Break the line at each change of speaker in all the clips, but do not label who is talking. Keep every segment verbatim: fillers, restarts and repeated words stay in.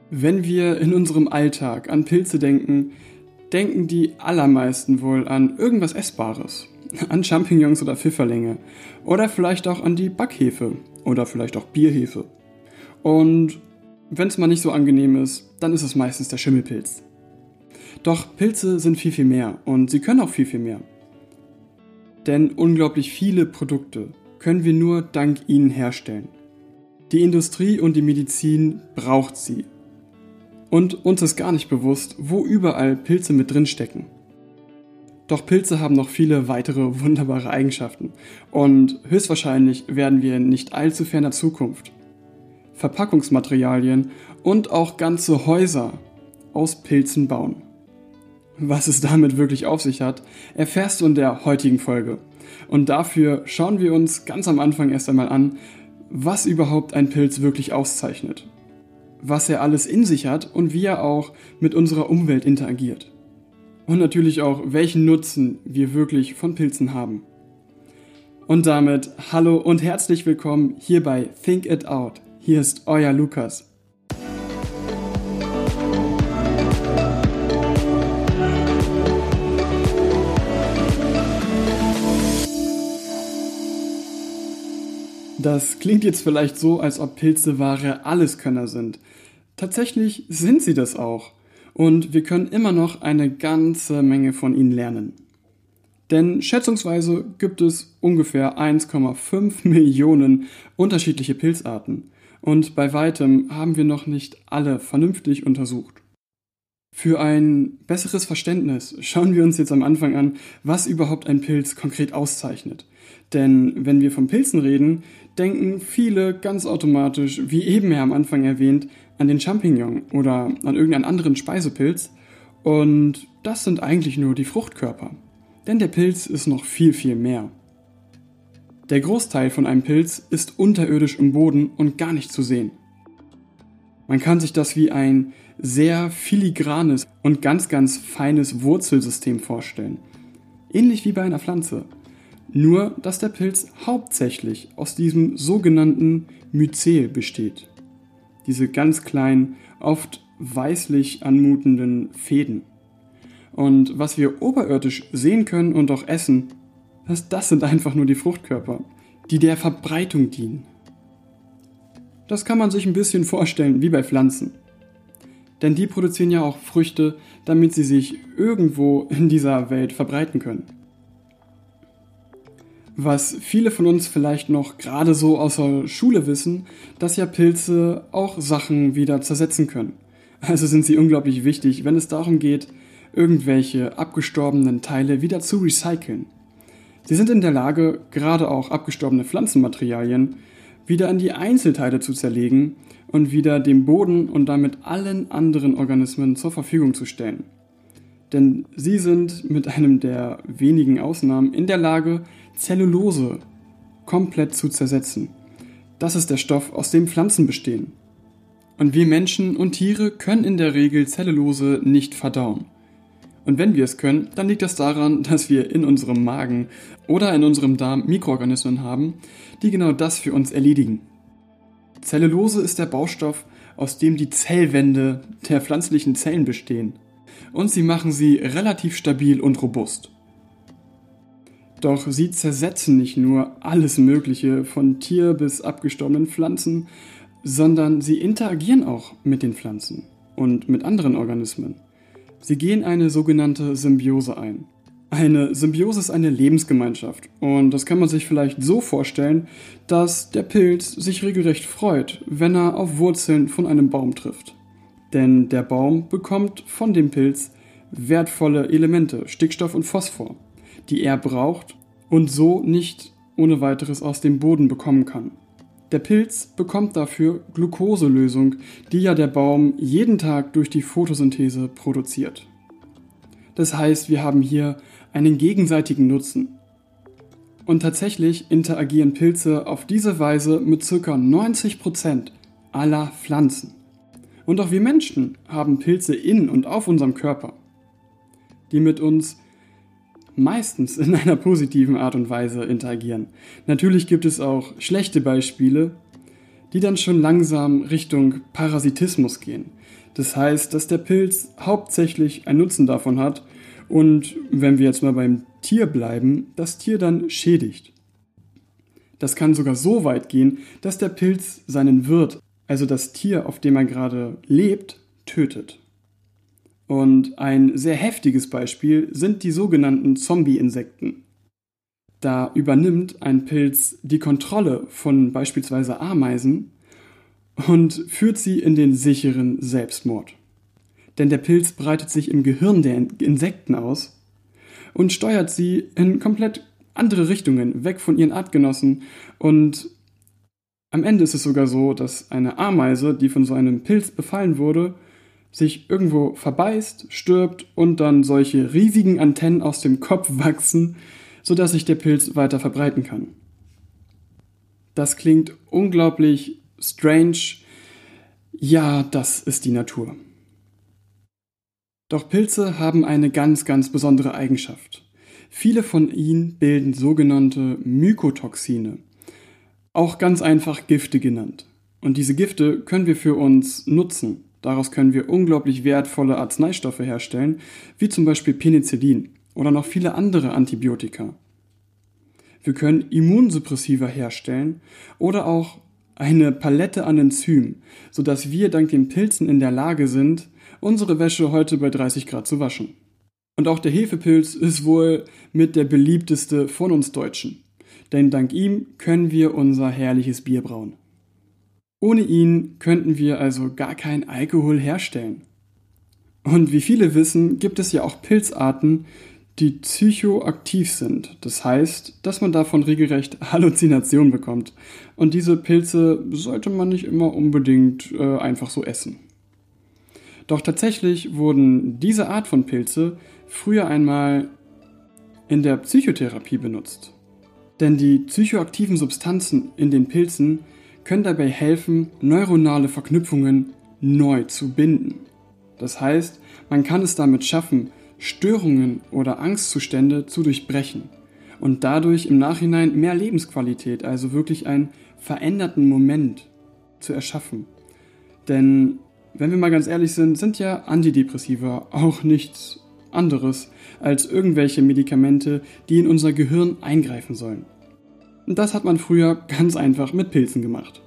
Wenn wir in unserem Alltag an Pilze denken, denken die allermeisten wohl an irgendwas Essbares, an Champignons oder Pfifferlinge oder vielleicht auch an die Backhefe oder vielleicht auch Bierhefe. Und wenn es mal nicht so angenehm ist, dann ist es meistens der Schimmelpilz. Doch Pilze sind viel, viel mehr und sie können auch viel, viel mehr. Denn unglaublich viele Produkte können wir nur dank ihnen herstellen. Die Industrie und die Medizin braucht sie. Und uns ist gar nicht bewusst, wo überall Pilze mit drin stecken. Doch Pilze haben noch viele weitere wunderbare Eigenschaften und höchstwahrscheinlich werden wir in nicht allzu ferner Zukunft Verpackungsmaterialien und auch ganze Häuser aus Pilzen bauen. Was es damit wirklich auf sich hat, erfährst du in der heutigen Folge. Und dafür schauen wir uns ganz am Anfang erst einmal an, was überhaupt ein Pilz wirklich auszeichnet, was er alles in sich hat und wie er auch mit unserer Umwelt interagiert. Und natürlich auch, welchen Nutzen wir wirklich von Pilzen haben. Und damit hallo und herzlich willkommen hier bei Think It Out. Hier ist euer Lukas. Das klingt jetzt vielleicht so, als ob Pilze wahre Alleskönner sind. Tatsächlich sind sie das auch. Und wir können immer noch eine ganze Menge von ihnen lernen. Denn schätzungsweise gibt es ungefähr eins Komma fünf Millionen unterschiedliche Pilzarten. Und bei weitem haben wir noch nicht alle vernünftig untersucht. Für ein besseres Verständnis schauen wir uns jetzt am Anfang an, was überhaupt ein Pilz konkret auszeichnet. Denn wenn wir von Pilzen reden, denken viele ganz automatisch, wie eben ja am Anfang erwähnt, an den Champignon oder an irgendeinen anderen Speisepilz. Und das sind eigentlich nur die Fruchtkörper. Denn der Pilz ist noch viel, viel mehr. Der Großteil von einem Pilz ist unterirdisch im Boden und gar nicht zu sehen. Man kann sich das wie ein sehr filigranes und ganz, ganz feines Wurzelsystem vorstellen. Ähnlich wie bei einer Pflanze. Nur, dass der Pilz hauptsächlich aus diesem sogenannten Myzel besteht. Diese ganz kleinen, oft weißlich anmutenden Fäden. Und was wir oberirdisch sehen können und auch essen, das, das sind einfach nur die Fruchtkörper, die der Verbreitung dienen. Das kann man sich ein bisschen vorstellen wie bei Pflanzen. Denn die produzieren ja auch Früchte, damit sie sich irgendwo in dieser Welt verbreiten können. Was viele von uns vielleicht noch gerade so aus der Schule wissen, dass ja Pilze auch Sachen wieder zersetzen können. Also sind sie unglaublich wichtig, wenn es darum geht, irgendwelche abgestorbenen Teile wieder zu recyceln. Sie sind in der Lage, gerade auch abgestorbene Pflanzenmaterialien wieder in die Einzelteile zu zerlegen und wieder dem Boden und damit allen anderen Organismen zur Verfügung zu stellen. Denn sie sind mit einem der wenigen Ausnahmen in der Lage, Zellulose komplett zu zersetzen. Das ist der Stoff, aus dem Pflanzen bestehen. Und wir Menschen und Tiere können in der Regel Zellulose nicht verdauen. Und wenn wir es können, dann liegt das daran, dass wir in unserem Magen oder in unserem Darm Mikroorganismen haben, die genau das für uns erledigen. Zellulose ist der Baustoff, aus dem die Zellwände der pflanzlichen Zellen bestehen. Und sie machen sie relativ stabil und robust. Doch sie zersetzen nicht nur alles Mögliche von Tier bis abgestorbenen Pflanzen, sondern sie interagieren auch mit den Pflanzen und mit anderen Organismen. Sie gehen eine sogenannte Symbiose ein. Eine Symbiose ist eine Lebensgemeinschaft und das kann man sich vielleicht so vorstellen, dass der Pilz sich regelrecht freut, wenn er auf Wurzeln von einem Baum trifft. Denn der Baum bekommt von dem Pilz wertvolle Elemente, Stickstoff und Phosphor, die er braucht und so nicht ohne weiteres aus dem Boden bekommen kann. Der Pilz bekommt dafür Glukoselösung, die ja der Baum jeden Tag durch die Photosynthese produziert. Das heißt, wir haben hier einen gegenseitigen Nutzen. Und tatsächlich interagieren Pilze auf diese Weise mit ca. neunzig Prozent aller Pflanzen. Und auch wir Menschen haben Pilze in und auf unserem Körper, die mit uns meistens in einer positiven Art und Weise interagieren. Natürlich gibt es auch schlechte Beispiele, die dann schon langsam Richtung Parasitismus gehen. Das heißt, dass der Pilz hauptsächlich einen Nutzen davon hat und, wenn wir jetzt mal beim Tier bleiben, das Tier dann schädigt. Das kann sogar so weit gehen, dass der Pilz seinen Wirt, also das Tier, auf dem er gerade lebt, tötet. Und ein sehr heftiges Beispiel sind die sogenannten Zombie-Insekten. Da übernimmt ein Pilz die Kontrolle von beispielsweise Ameisen und führt sie in den sicheren Selbstmord. Denn der Pilz breitet sich im Gehirn der Insekten aus und steuert sie in komplett andere Richtungen, weg von ihren Artgenossen. Und am Ende ist es sogar so, dass eine Ameise, die von so einem Pilz befallen wurde, sich irgendwo verbeißt, stirbt und dann solche riesigen Antennen aus dem Kopf wachsen, sodass sich der Pilz weiter verbreiten kann. Das klingt unglaublich strange. Ja, das ist die Natur. Doch Pilze haben eine ganz, ganz besondere Eigenschaft. Viele von ihnen bilden sogenannte Mykotoxine, auch ganz einfach Gifte genannt. Und diese Gifte können wir für uns nutzen. Daraus können wir unglaublich wertvolle Arzneistoffe herstellen, wie zum Beispiel Penicillin oder noch viele andere Antibiotika. Wir können Immunsuppressiva herstellen oder auch eine Palette an Enzymen, sodass wir dank den Pilzen in der Lage sind, unsere Wäsche heute bei dreißig Grad zu waschen. Und auch der Hefepilz ist wohl mit der beliebteste von uns Deutschen, denn dank ihm können wir unser herrliches Bier brauen. Ohne ihn könnten wir also gar keinen Alkohol herstellen. Und wie viele wissen, gibt es ja auch Pilzarten, die psychoaktiv sind. Das heißt, dass man davon regelrecht Halluzinationen bekommt. Und diese Pilze sollte man nicht immer unbedingt äh, einfach so essen. Doch tatsächlich wurden diese Art von Pilze früher einmal in der Psychotherapie benutzt. Denn die psychoaktiven Substanzen in den Pilzen können dabei helfen, neuronale Verknüpfungen neu zu binden. Das heißt, man kann es damit schaffen, Störungen oder Angstzustände zu durchbrechen und dadurch im Nachhinein mehr Lebensqualität, also wirklich einen veränderten Moment zu erschaffen. Denn, wenn wir mal ganz ehrlich sind, sind ja Antidepressiva auch nichts anderes als irgendwelche Medikamente, die in unser Gehirn eingreifen sollen. Und das hat man früher ganz einfach mit Pilzen gemacht.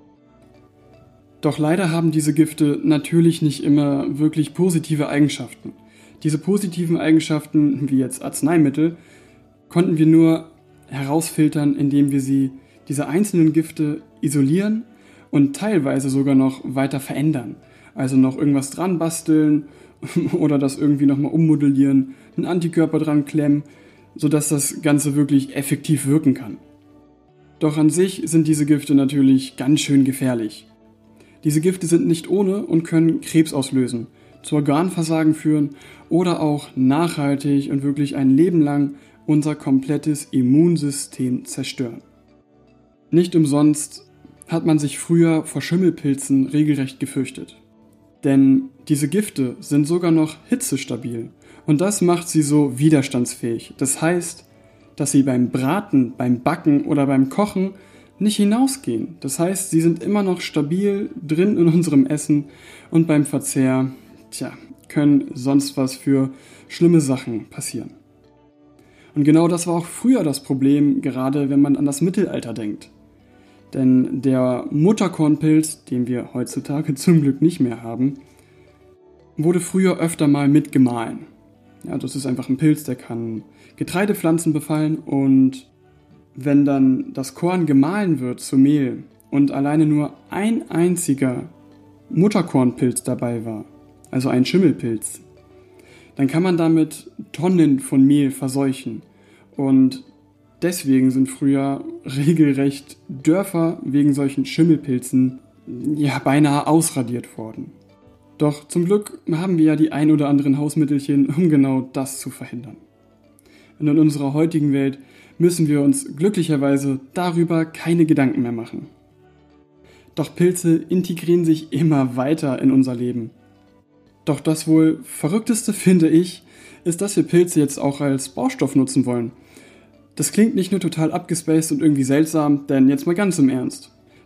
Doch leider haben diese Gifte natürlich nicht immer wirklich positive Eigenschaften. Diese positiven Eigenschaften, wie jetzt Arzneimittel, konnten wir nur herausfiltern, indem wir sie, diese einzelnen Gifte, isolieren und teilweise sogar noch weiter verändern. Also noch irgendwas dran basteln oder das irgendwie nochmal ummodellieren, einen Antikörper dran klemmen, sodass das Ganze wirklich effektiv wirken kann. Doch an sich sind diese Gifte natürlich ganz schön gefährlich. Diese Gifte sind nicht ohne und können Krebs auslösen, zu Organversagen führen oder auch nachhaltig und wirklich ein Leben lang unser komplettes Immunsystem zerstören. Nicht umsonst hat man sich früher vor Schimmelpilzen regelrecht gefürchtet. Denn diese Gifte sind sogar noch hitzestabil und das macht sie so widerstandsfähig. Das heißt, dass sie beim Braten, beim Backen oder beim Kochen nicht hinausgehen. Das heißt, sie sind immer noch stabil drin in unserem Essen und beim Verzehr, tja, können sonst was für schlimme Sachen passieren. Und genau das war auch früher das Problem, gerade wenn man an das Mittelalter denkt. Denn der Mutterkornpilz, den wir heutzutage zum Glück nicht mehr haben, wurde früher öfter mal mitgemahlen. Ja, das ist einfach ein Pilz, der kann Getreidepflanzen befallen und wenn dann das Korn gemahlen wird zu Mehl und alleine nur ein einziger Mutterkornpilz dabei war, also ein Schimmelpilz, dann kann man damit Tonnen von Mehl verseuchen. Und deswegen sind früher regelrecht Dörfer wegen solchen Schimmelpilzen ja beinahe ausradiert worden. Doch zum Glück haben wir ja die ein oder anderen Hausmittelchen, um genau das zu verhindern. Und in unserer heutigen Welt müssen wir uns glücklicherweise darüber keine Gedanken mehr machen. Doch Pilze integrieren sich immer weiter in unser Leben. Doch das wohl Verrückteste, finde ich, ist, dass wir Pilze jetzt auch als Baustoff nutzen wollen. Das klingt nicht nur total abgespaced und irgendwie seltsam, denn jetzt mal ganz im Ernst.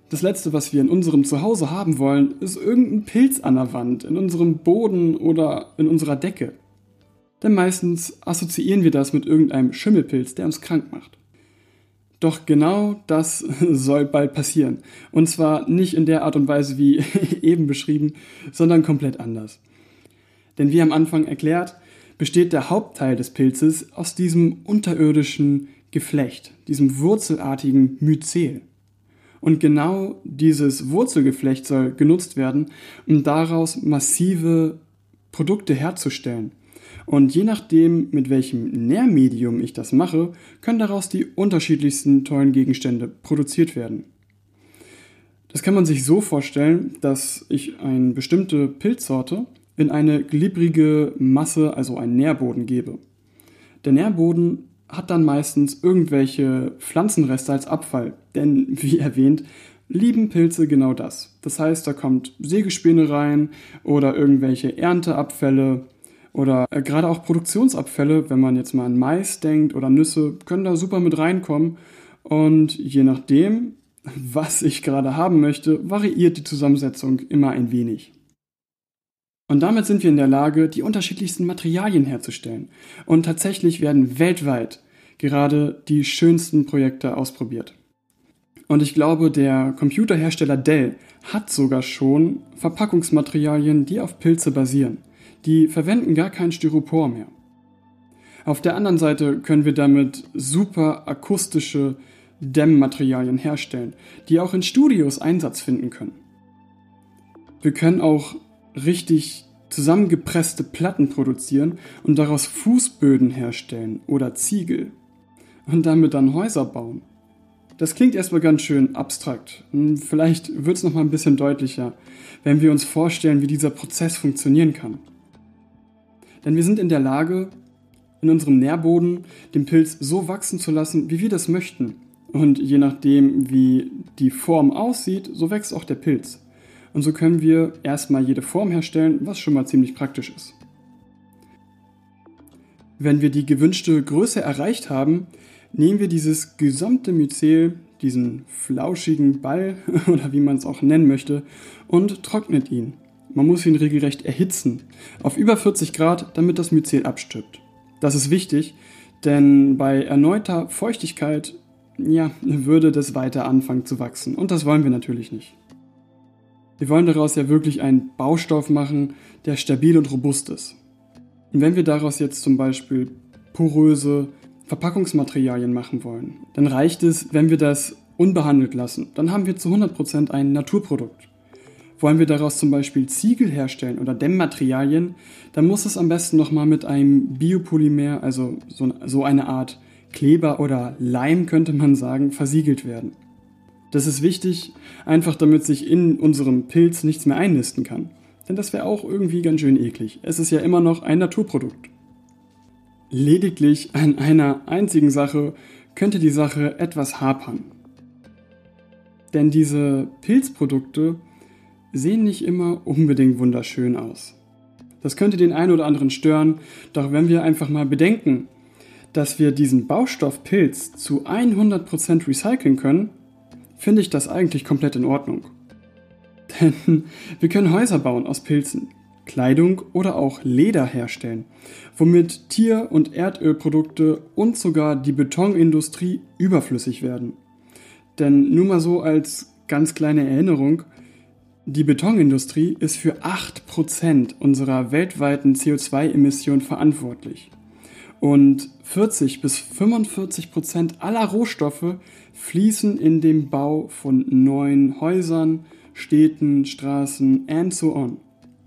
Das Letzte, was wir in unserem Zuhause haben wollen, ist irgendein Pilz an der Wand, in unserem Boden oder in unserer Decke. Denn meistens assoziieren wir das mit irgendeinem Schimmelpilz, der uns krank macht. Doch genau das soll bald passieren. Und zwar nicht in der Art und Weise wie eben beschrieben, sondern komplett anders. Denn wie am Anfang erklärt, besteht der Hauptteil des Pilzes aus diesem unterirdischen Geflecht, diesem wurzelartigen Myzel. Und genau dieses Wurzelgeflecht soll genutzt werden, um daraus massive Produkte herzustellen. Und je nachdem, mit welchem Nährmedium ich das mache, können daraus die unterschiedlichsten tollen Gegenstände produziert werden. Das kann man sich so vorstellen, dass ich eine bestimmte Pilzsorte in eine glibbrige Masse, also einen Nährboden gebe. Der Nährboden hat dann meistens irgendwelche Pflanzenreste als Abfall, denn wie erwähnt, lieben Pilze genau das. Das heißt, da kommt Sägespäne rein oder irgendwelche Ernteabfälle oder äh, gerade auch Produktionsabfälle, wenn man jetzt mal an Mais denkt oder Nüsse, können da super mit reinkommen und je nachdem, was ich gerade haben möchte, variiert die Zusammensetzung immer ein wenig. Und damit sind wir in der Lage, die unterschiedlichsten Materialien herzustellen. Und tatsächlich werden weltweit gerade die schönsten Projekte ausprobiert. Und ich glaube, der Computerhersteller Dell hat sogar schon Verpackungsmaterialien, die auf Pilze basieren. Die verwenden gar kein Styropor mehr. Auf der anderen Seite können wir damit super akustische Dämmmaterialien herstellen, die auch in Studios Einsatz finden können. Wir können auch richtig zusammengepresste Platten produzieren und daraus Fußböden herstellen oder Ziegel und damit dann Häuser bauen. Das klingt erstmal ganz schön abstrakt. Vielleicht wird es noch mal ein bisschen deutlicher, wenn wir uns vorstellen, wie dieser Prozess funktionieren kann. Denn wir sind in der Lage, in unserem Nährboden den Pilz so wachsen zu lassen, wie wir das möchten. Und je nachdem, wie die Form aussieht, so wächst auch der Pilz. Und so können wir erstmal jede Form herstellen, was schon mal ziemlich praktisch ist. Wenn wir die gewünschte Größe erreicht haben, nehmen wir dieses gesamte Myzel, diesen flauschigen Ball oder wie man es auch nennen möchte, und trocknet ihn. Man muss ihn regelrecht erhitzen, auf über vierzig Grad, damit das Myzel abstirbt. Das ist wichtig, denn bei erneuter Feuchtigkeit, ja, würde das weiter anfangen zu wachsen und das wollen wir natürlich nicht. Wir wollen daraus ja wirklich einen Baustoff machen, der stabil und robust ist. Und wenn wir daraus jetzt zum Beispiel poröse Verpackungsmaterialien machen wollen, dann reicht es, wenn wir das unbehandelt lassen. Dann haben wir zu hundert Prozent ein Naturprodukt. Wollen wir daraus zum Beispiel Ziegel herstellen oder Dämmmaterialien, dann muss es am besten nochmal mit einem Biopolymer, also so, so eine Art Kleber oder Leim könnte man sagen, versiegelt werden. Das ist wichtig, einfach damit sich in unserem Pilz nichts mehr einnisten kann. Denn das wäre auch irgendwie ganz schön eklig. Es ist ja immer noch ein Naturprodukt. Lediglich an einer einzigen Sache könnte die Sache etwas hapern. Denn diese Pilzprodukte sehen nicht immer unbedingt wunderschön aus. Das könnte den einen oder anderen stören, doch wenn wir einfach mal bedenken, dass wir diesen Baustoff Pilz zu hundert Prozent recyceln können, finde ich das eigentlich komplett in Ordnung. Denn wir können Häuser bauen aus Pilzen, Kleidung oder auch Leder herstellen, womit Tier- und Erdölprodukte und sogar die Betonindustrie überflüssig werden. Denn nur mal so als ganz kleine Erinnerung, die Betonindustrie ist für acht Prozent unserer weltweiten C O zwei Emissionen verantwortlich. Und vierzig bis fünfundvierzig Prozent aller Rohstoffe fließen in den Bau von neuen Häusern, Städten, Straßen and so on.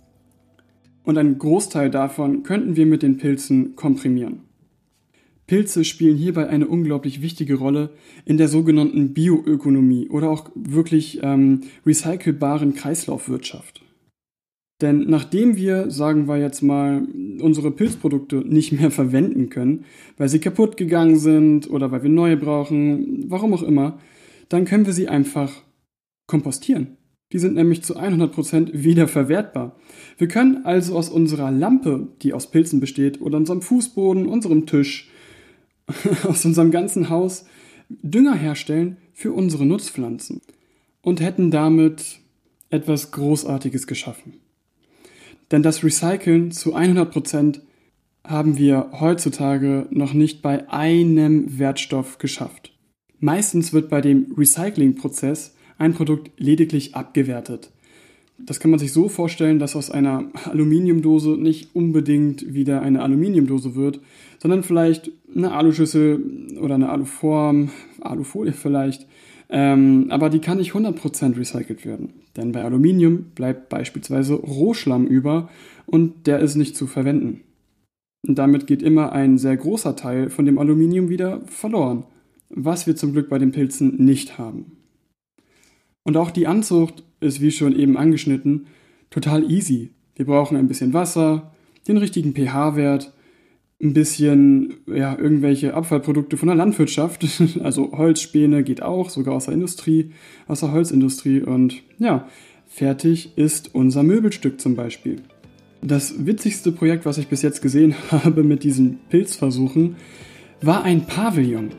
Und einen Großteil davon könnten wir mit den Pilzen komprimieren. Pilze spielen hierbei eine unglaublich wichtige Rolle in der sogenannten Bioökonomie oder auch wirklich ähm, recycelbaren Kreislaufwirtschaft. Denn nachdem wir, sagen wir jetzt mal, unsere Pilzprodukte nicht mehr verwenden können, weil sie kaputt gegangen sind oder weil wir neue brauchen, warum auch immer, dann können wir sie einfach kompostieren. Die sind nämlich zu hundert Prozent wiederverwertbar. Wir können also aus unserer Lampe, die aus Pilzen besteht, oder unserem Fußboden, unserem Tisch, aus unserem ganzen Haus Dünger herstellen für unsere Nutzpflanzen. und hätten damit etwas Großartiges geschaffen. Denn das Recyceln zu hundert Prozent haben wir heutzutage noch nicht bei einem Wertstoff geschafft. Meistens wird bei dem Recyclingprozess ein Produkt lediglich abgewertet. Das kann man sich so vorstellen, dass aus einer Aluminiumdose nicht unbedingt wieder eine Aluminiumdose wird, sondern vielleicht eine Aluschüssel oder eine Aluform, Alufolie vielleicht. Ähm, aber die kann nicht hundert Prozent recycelt werden. Denn bei Aluminium bleibt beispielsweise Rohschlamm über und der ist nicht zu verwenden. Und damit geht immer ein sehr großer Teil von dem Aluminium wieder verloren, was wir zum Glück bei den Pilzen nicht haben. Und auch die Anzucht ist, wie schon eben angeschnitten, total easy. Wir brauchen ein bisschen Wasser, den richtigen pH-Wert, ein bisschen ja, irgendwelche Abfallprodukte von der Landwirtschaft, also Holzspäne geht auch, sogar aus der Industrie, aus der Holzindustrie und ja, fertig ist unser Möbelstück zum Beispiel. Das witzigste Projekt, was ich bis jetzt gesehen habe mit diesen Pilzversuchen, war ein Pavillon.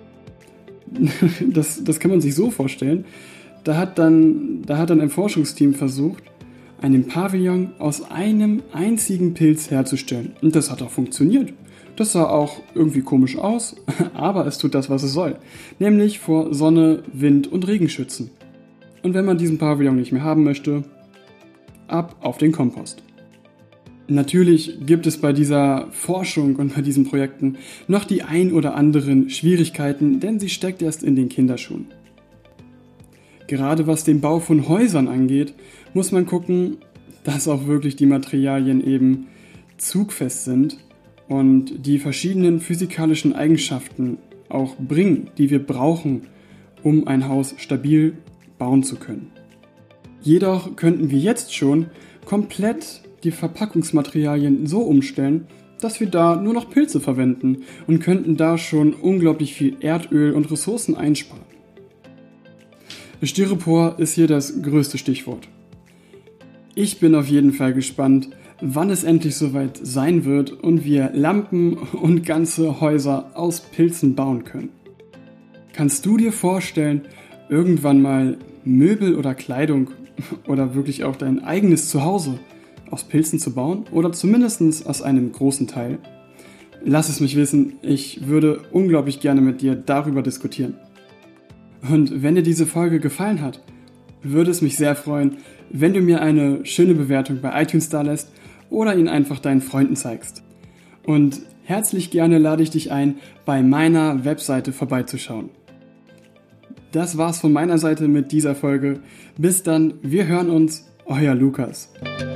Das, das kann man sich so vorstellen. Da hat dann, da hat dann ein Forschungsteam versucht, einen Pavillon aus einem einzigen Pilz herzustellen. Und das hat auch funktioniert. Das sah auch irgendwie komisch aus, aber es tut das, was es soll. Nämlich vor Sonne, Wind und Regen schützen. Und wenn man diesen Pavillon nicht mehr haben möchte, ab auf den Kompost. Natürlich gibt es bei dieser Forschung und bei diesen Projekten noch die ein oder anderen Schwierigkeiten, denn sie steckt erst in den Kinderschuhen. Gerade was den Bau von Häusern angeht, muss man gucken, dass auch wirklich die Materialien eben zugfest sind und die verschiedenen physikalischen Eigenschaften auch bringen, die wir brauchen, um ein Haus stabil bauen zu können. Jedoch könnten wir jetzt schon komplett die Verpackungsmaterialien so umstellen, dass wir da nur noch Pilze verwenden und könnten da schon unglaublich viel Erdöl und Ressourcen einsparen. Styropor ist hier das größte Stichwort. Ich bin auf jeden Fall gespannt, wann es endlich soweit sein wird und wir Lampen und ganze Häuser aus Pilzen bauen können. Kannst du dir vorstellen, irgendwann mal Möbel oder Kleidung oder wirklich auch dein eigenes Zuhause aus Pilzen zu bauen oder zumindest aus einem großen Teil? Lass es mich wissen, ich würde unglaublich gerne mit dir darüber diskutieren. Und wenn dir diese Folge gefallen hat, würde es mich sehr freuen, wenn du mir eine schöne Bewertung bei iTunes dalässt oder ihn einfach deinen Freunden zeigst. Und herzlich gerne lade ich dich ein, bei meiner Webseite vorbeizuschauen. Das war's von meiner Seite mit dieser Folge. Bis dann, wir hören uns, euer Lukas.